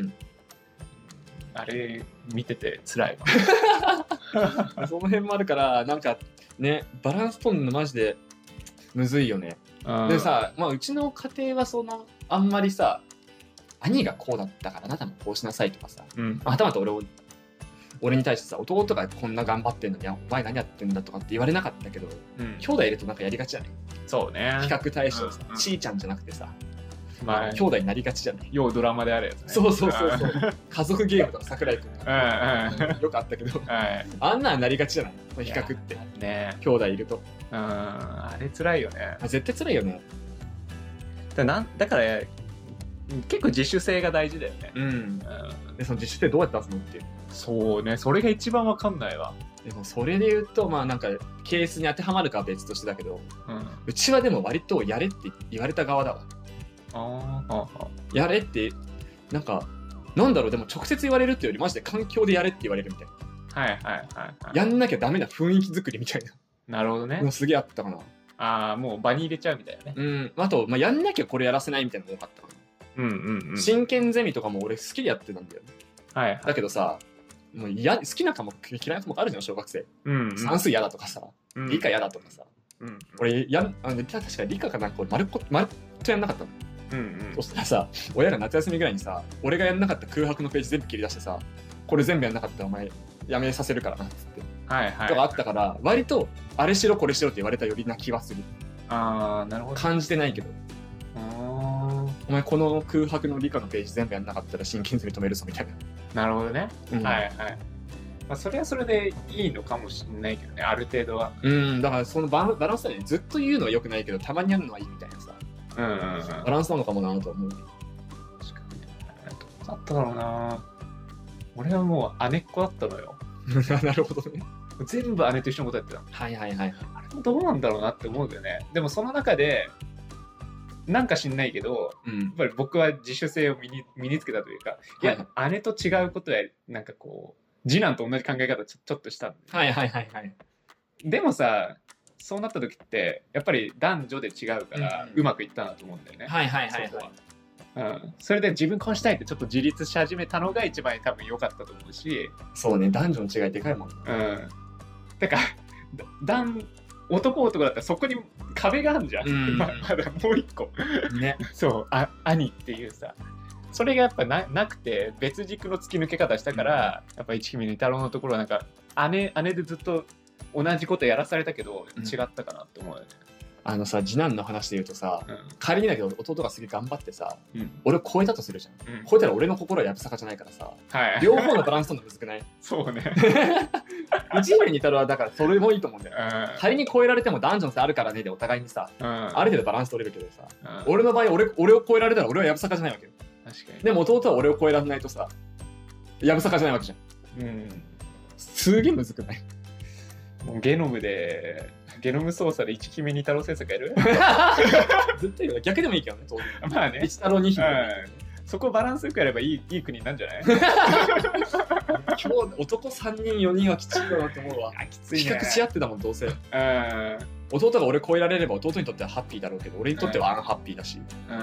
あれ見てて辛いわその辺もあるからなんかねバランス取るのマジでむずいよね。でさ、まあ、うちの家庭はそのあんまりさ兄がこうだったからあなたもこうしなさいとかさ、うん、はたまた俺を俺に対してさ弟がこんな頑張ってんのにお前何やってんだとかって言われなかったけど、うん、兄弟いるとなんかやりがちじゃない。 そうね、 比較対象さ、うんうん、ちーちゃんじゃなくてさ、まあ、兄弟になりがちじゃない。 ようドラマであるやつね。 そうそうそうそう家族ゲームとか桜井君が、うんうん、よくあったけど、はい、あんなんなりがちじゃない比較ってね、兄弟いると、 うん、あれ辛いよね。 絶対辛いよね。 だなんだから結構自主性が大事だよね、うんうん、 でその自主性どうやって遊ぶっていう。 そうね、それが一番わかんないわ。 でもそれで言うとまあなんかケースに当てはまるかは別としてだけど、うん、うちはでも割とやれって言われた側だわ。ああやれってなんかなんだろう、でも直接言われるっていうよりマジで環境でやれって言われるみたいな。はいはいはい、はい、やんなきゃダメな雰囲気作りみたいな。 なるほどね。 もうすげえあったかな。 ああもう場に入れちゃうみたいなね。 うん。あと、まあ、やんなきゃこれやらせないみたいなのが多かったかな。うんうんうん、真剣ゼミとかも俺好きでやってたんだよ、ね、はい、はい、だけどさもうや好きな科目嫌いな科目あるじゃん小学生、うんうん、算数嫌だとかさ、うん、理科嫌だとかさ、うん、俺やんあの確か理科かなんか俺丸っこ丸っとやんなかったの、うんうん、そしたらさ親が夏休みぐらいにさ俺がやんなかった空白のページ全部切り出してさこれ全部やんなかったらお前やめさせるからなっつって、はいはい、とかあったから割とあれしろこれしろって言われたよりな気はする。あーなるほど。感じてないけどお前この空白の理科のページ全部やんなかったら真剣ゼミ止めるぞみたいな。なるほどね、うん、はいはい、まあ、それはそれでいいのかもしれないけどね、ある程度は。 うんだからそのバランスだね。ずっと言うのは良くないけどたまにやるのはいいみたいなさ、うんうんうん、バランスなのかもなと思う。確かにね。どうだっただろうな。俺はもう姉っ子だったのよなるほどね。 全部姉と一緒のことやってたの。 はいはいはい。 あれもどうなんだろうなって思うんだよね。でもその中でなんか知んないけど、うん、やっぱり僕は自主性を身に、身につけたというか、いや、はい、姉と違うことや、なんかこう、次男と同じ考え方ちょ、ちょっとしたんで、ね。 はいはいはいはい。 でもさ、そうなった時って、やっぱり男女で違うから、うまくいったなと思うんだよね。 はいはいはい、はい。そこは。うん、それで自分こうしたいってちょっと自立し始めたのが一番多分良かったと思うし。 そうね、男女の違いでかいもん。うん。 だから、男、男男だったらそこに壁があるじゃん、うん、ま, まだもう一個ねそうあ兄っていうさ、それがやっぱ な, なくて別軸の突き抜け方したから、うん、やっぱ一姫二太郎のところはなんか姉姉でずっと同じことやらされたけど、うん、違ったかなって思うよね。 あのさ、次男の話で言うとさ、うん、仮にだけど弟がすげえ頑張ってさ、うん、俺を超えたとするじゃん、うん、超えたら俺の心はやぶさかじゃないからさ、はい、両方のバランス取るのむずくない？ そうねうちに似たのはだからそれもいいと思うんだよ、うん、仮に超えられても男女の差あるからねでお互いにさ、うん、ある程度バランス取れるけどさ、うん、俺の場合 俺, 俺を超えられたら俺はやぶさかじゃないわけよ。 確かに。 でも弟は俺を超えられないとさやぶさかじゃないわけじゃん、うん、すげえむずくない？ もうゲノムでゲノム操作でいちきめに太郎政策やる絶対逆でもいいけどね、当然。 まあね、 いち太郎にひめ、うん、 そこバランスよくやればいいいい国なんじゃない？ 今日男さんにんよにんはきついだなと思うわ。 きついね。 比較し合ってたもんどうせ、うん、弟が俺超えられれば弟にとってはハッピーだろうけど俺にとってはアンハッピーだし、うんうん、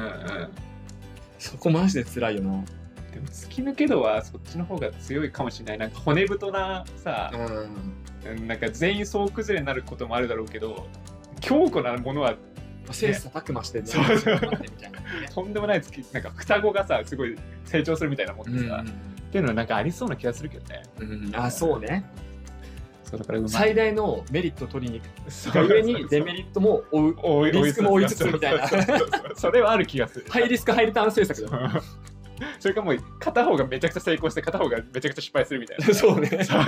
そこマジで辛いよな。 でも突き抜け度はそっちの方が強いかもしれない。なんか骨太なさ、うん、なんか全員総崩れになることもあるだろうけど強固なものは、ね、 切磋琢磨してね、 そうそうとんでもない突きなんか双子がさすごい成長するみたいなもんでさ、うん、っていうのはなんかありそうな気がするけどね、 うん、あそうね。 そうだからうまい最大のメリットを取りに行く上にデメリットも追うリスクも追いつつみたいなそれはある気がする。 ハイリスクハイリターン政策だそれかもう片方がめちゃくちゃ成功して片方がめちゃくちゃ失敗するみたいなそうね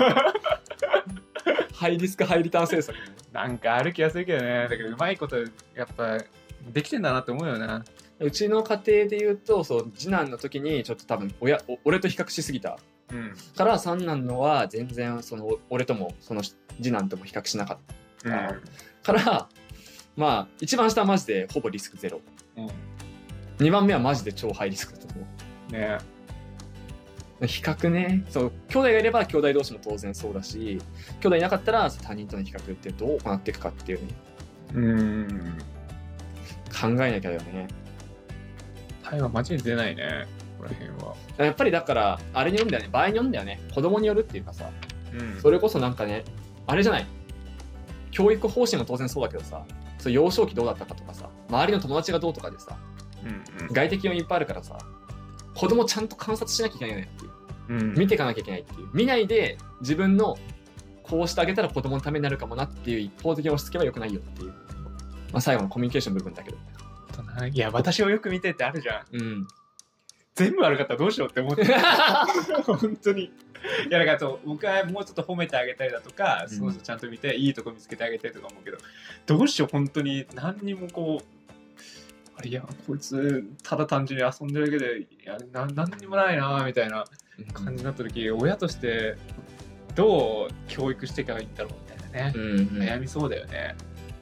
ハイリスクハイリターン政策なんかある気がするけどね。だけどうまいことやっぱできてんだなって思うよな。 うちの家庭で言うとそう次男の時にちょっと多分親俺と比較しすぎた、うん、から三男のは全然その俺ともその次男とも比較しなかった、うん、からまあ一番下はマジでほぼリスクゼロ、うん、にばんめはマジで超ハイリスクだと思うね。 比較ね。そう兄弟がいれば兄弟同士も当然そうだし兄弟いなかったら他人との比較ってどう行っていくかっていうねうーん考えなきゃだよね。 タイはマジで出ないねこの辺は。 やっぱりだからあれによるんだよね。場合によるんだよね。子供によるっていうかさ、うん、それこそなんかねあれじゃない教育方針も当然そうだけどさそう幼少期どうだったかとかさ周りの友達がどうとかでさ、うんうん、外的要因いっぱいあるからさ子供ちゃんと観察しなきゃいけないよねっていう、うん、見ていかなきゃいけないっていう見ないで自分のこうしてあげたら子供のためになるかもなっていう一方的に押し付けは良くないよっていう、まあ、最後のコミュニケーション部分だけどいや私をよく見てってあるじゃん、うん、全部悪かったらどうしようって思って本当にいやだからそう僕はもうちょっと褒めてあげたりだとか、うん、そうちゃんと見ていいとこ見つけてあげたりとか思うけどどうしよう本当に何にもこういやこいつただ単純に遊んでるだけでいやな何にもないなみたいな感じになった時、うん、親としてどう教育していけばいいんだろうみたいなね、うんうん、悩みそうだよね。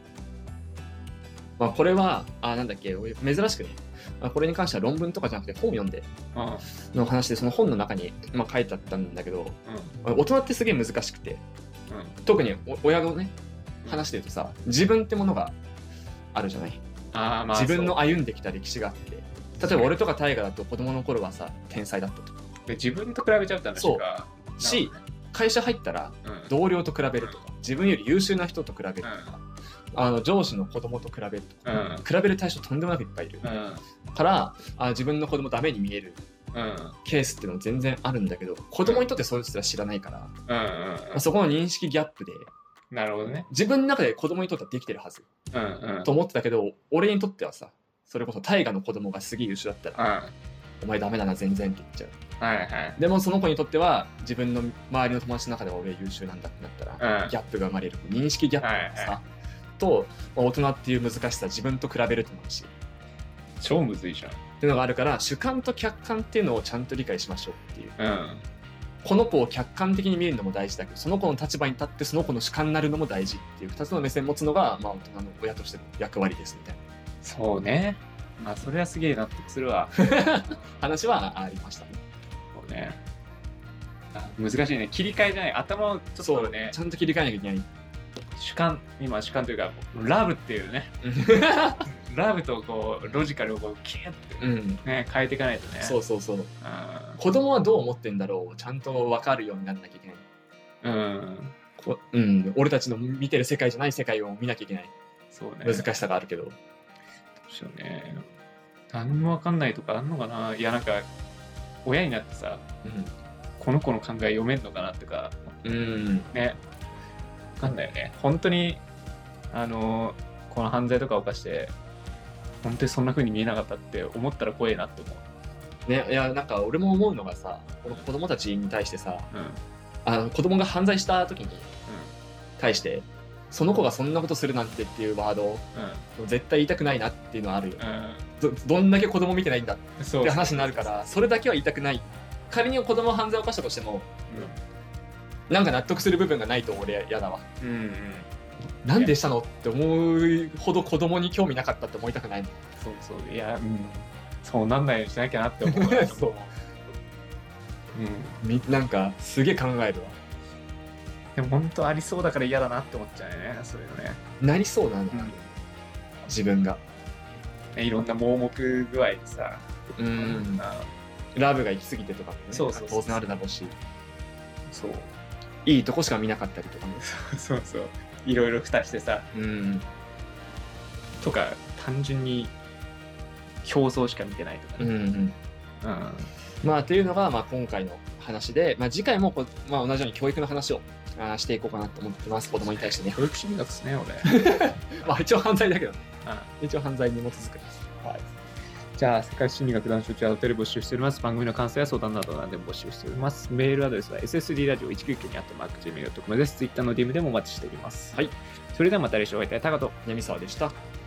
まあ、これはあなんだっけ珍しくね、まあ、これに関しては論文とかじゃなくて本を読んでの話でその本の中に、まあ、書いてあったんだけど、うん、大人ってすげえ難しくて、うん、特に親のね話で言うとさ自分ってものがあるじゃない。あまあ、自分の歩んできた歴史があって例えば俺とか大河だと子供の頃はさ天才だったとで自分と比べちゃうって話がそうし会社入ったら同僚と比べるとか、うん、自分より優秀な人と比べるとか、うん、あの上司の子供と比べるとか、うん、比べる対象とんでもなくいっぱいいる、うん、からあ自分の子供ダメに見える、うん、ケースっていうのも全然あるんだけど子供にとってそういう人は知らないから、うんうんうん、そこの認識ギャップでなるほどね。 自分の中で子供にとってはできてるはず、うんうん、と思ってたけど俺にとってはさそれこそ大河の子供がすげえ優秀だったら、うん、お前ダメだな全然って言っちゃう、はいはい、でもその子にとっては自分の周りの友達の中では俺優秀なんだってなったら、うん、ギャップが生まれる認識ギャップがさ、はいはい、と、まあ、大人っていう難しさ自分と比べると思うし超むずいじゃんっていうのがあるから主観と客観っていうのをちゃんと理解しましょうっていう、うんこの子を客観的に見るのも大事だけどその子の立場に立ってその子の主観になるのも大事っていうふたつの目線を持つのが、まあ、大人の親としての役割ですみたいな。 そうね。まあそれはすげえ納得するわ話はありましたね。 そうね。あ難しいね。切り替えじゃない頭をちょっとねちゃんと切り替えなきゃいけない。 主観今主観というかラブっていうねラブとこうロジカルをこうキュッて、ねうん、変えていかないとね。 そうそうそう。子供はどう思ってんだろうちゃんと分かるようにならなきゃいけない。うんこうん、俺たちの見てる世界じゃない世界を見なきゃいけない。そうね。難しさがあるけど。どうしようね。何も分かんないとかあんのかな。いやなんか親になってさ、うん、この子の考え読めんのかなとか、うん、ね分かんないよね。本当にあのこの犯罪とか犯して本当にそんな風に見えなかったって思ったら怖いなって思うね。いやなんか俺も思うのがさ、この子供たちに対してさ、うん、あの子供が犯罪した時に対して、うん、その子がそんなことするなんてっていうワードを、うん、絶対言いたくないなっていうのはあるよ、うん、ど, どんだけ子供見てないんだって話になるから、それだけは言いたくない。仮に子供が犯罪を犯したとしても、うん、なんか納得する部分がないと俺嫌だわ、うんうん、なんでしたのって思うほど子供に興味なかったって思いたくないの。 そうそう、いや、うん、そうなんないようにしなきゃなって思うそう、 うん、なんかすげえ考えるわ。 でも本当ありそうだから嫌だなって思っちゃうよね、そういうのね。 なりそうなの、うん、自分がいろんな盲目具合でさ、 うん、ラブが行き過ぎてとかもね、 そうそうそう、 当然あるだろうし、 そう、 いいとこしか見なかったりとかねそうそう、いろいろ蓋してさ、 うん、 とか単純に表層しか見てないとかね、うんうんうん、 まあっていうのが、まあ、今回の話で、まあ、次回もこ、まあ、同じように教育の話をあしていこうかなと思ってます。子供に対してね。 教育心理学ですね、俺。 まあ一応犯罪だけどね。ああ一応犯罪に基づくです。はい。 じゃあ、世界心理学男子中はお便り募集しております。番組の感想や相談など何でも募集しております。メールアドレスは エスエスディーラジオいちきゅうきゅうに アットマークジーメールドットコム です。Twitter の ディーエム でもお待ちしております。 はい。 それではまた来週お会いいたい。タカと闇沢でした。